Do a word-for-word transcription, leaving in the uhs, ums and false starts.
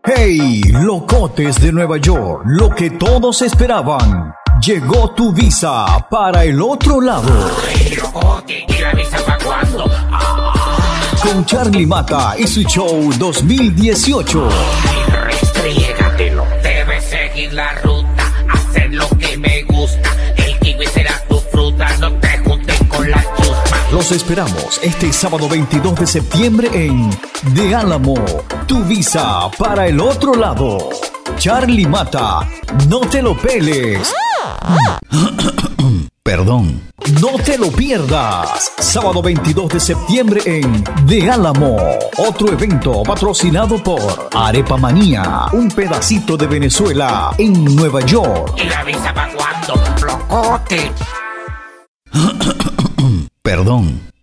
Hey, locotes de Nueva York, lo que todos esperaban. Llegó tu visa para el otro lado. Ay, locote, ¿y la visa para cuándo? Ah. Con Charlie Mata y su show dos mil dieciocho. Ay, restriégatelo. Debes seguir la ruta, hacer lo que me gusta. El kiwi será tu fruta, no te juntes con la chusma. Los esperamos este sábado veintidós de septiembre en The Álamo. Tu visa para el otro lado. Charlie Mata, no te lo peles. Perdón. No te lo pierdas. Sábado veintidós de septiembre en The Álamo. Otro evento patrocinado por Arepa Manía, un pedacito de Venezuela en Nueva York. ¿Y la visa para cuándo? Locote. Perdón.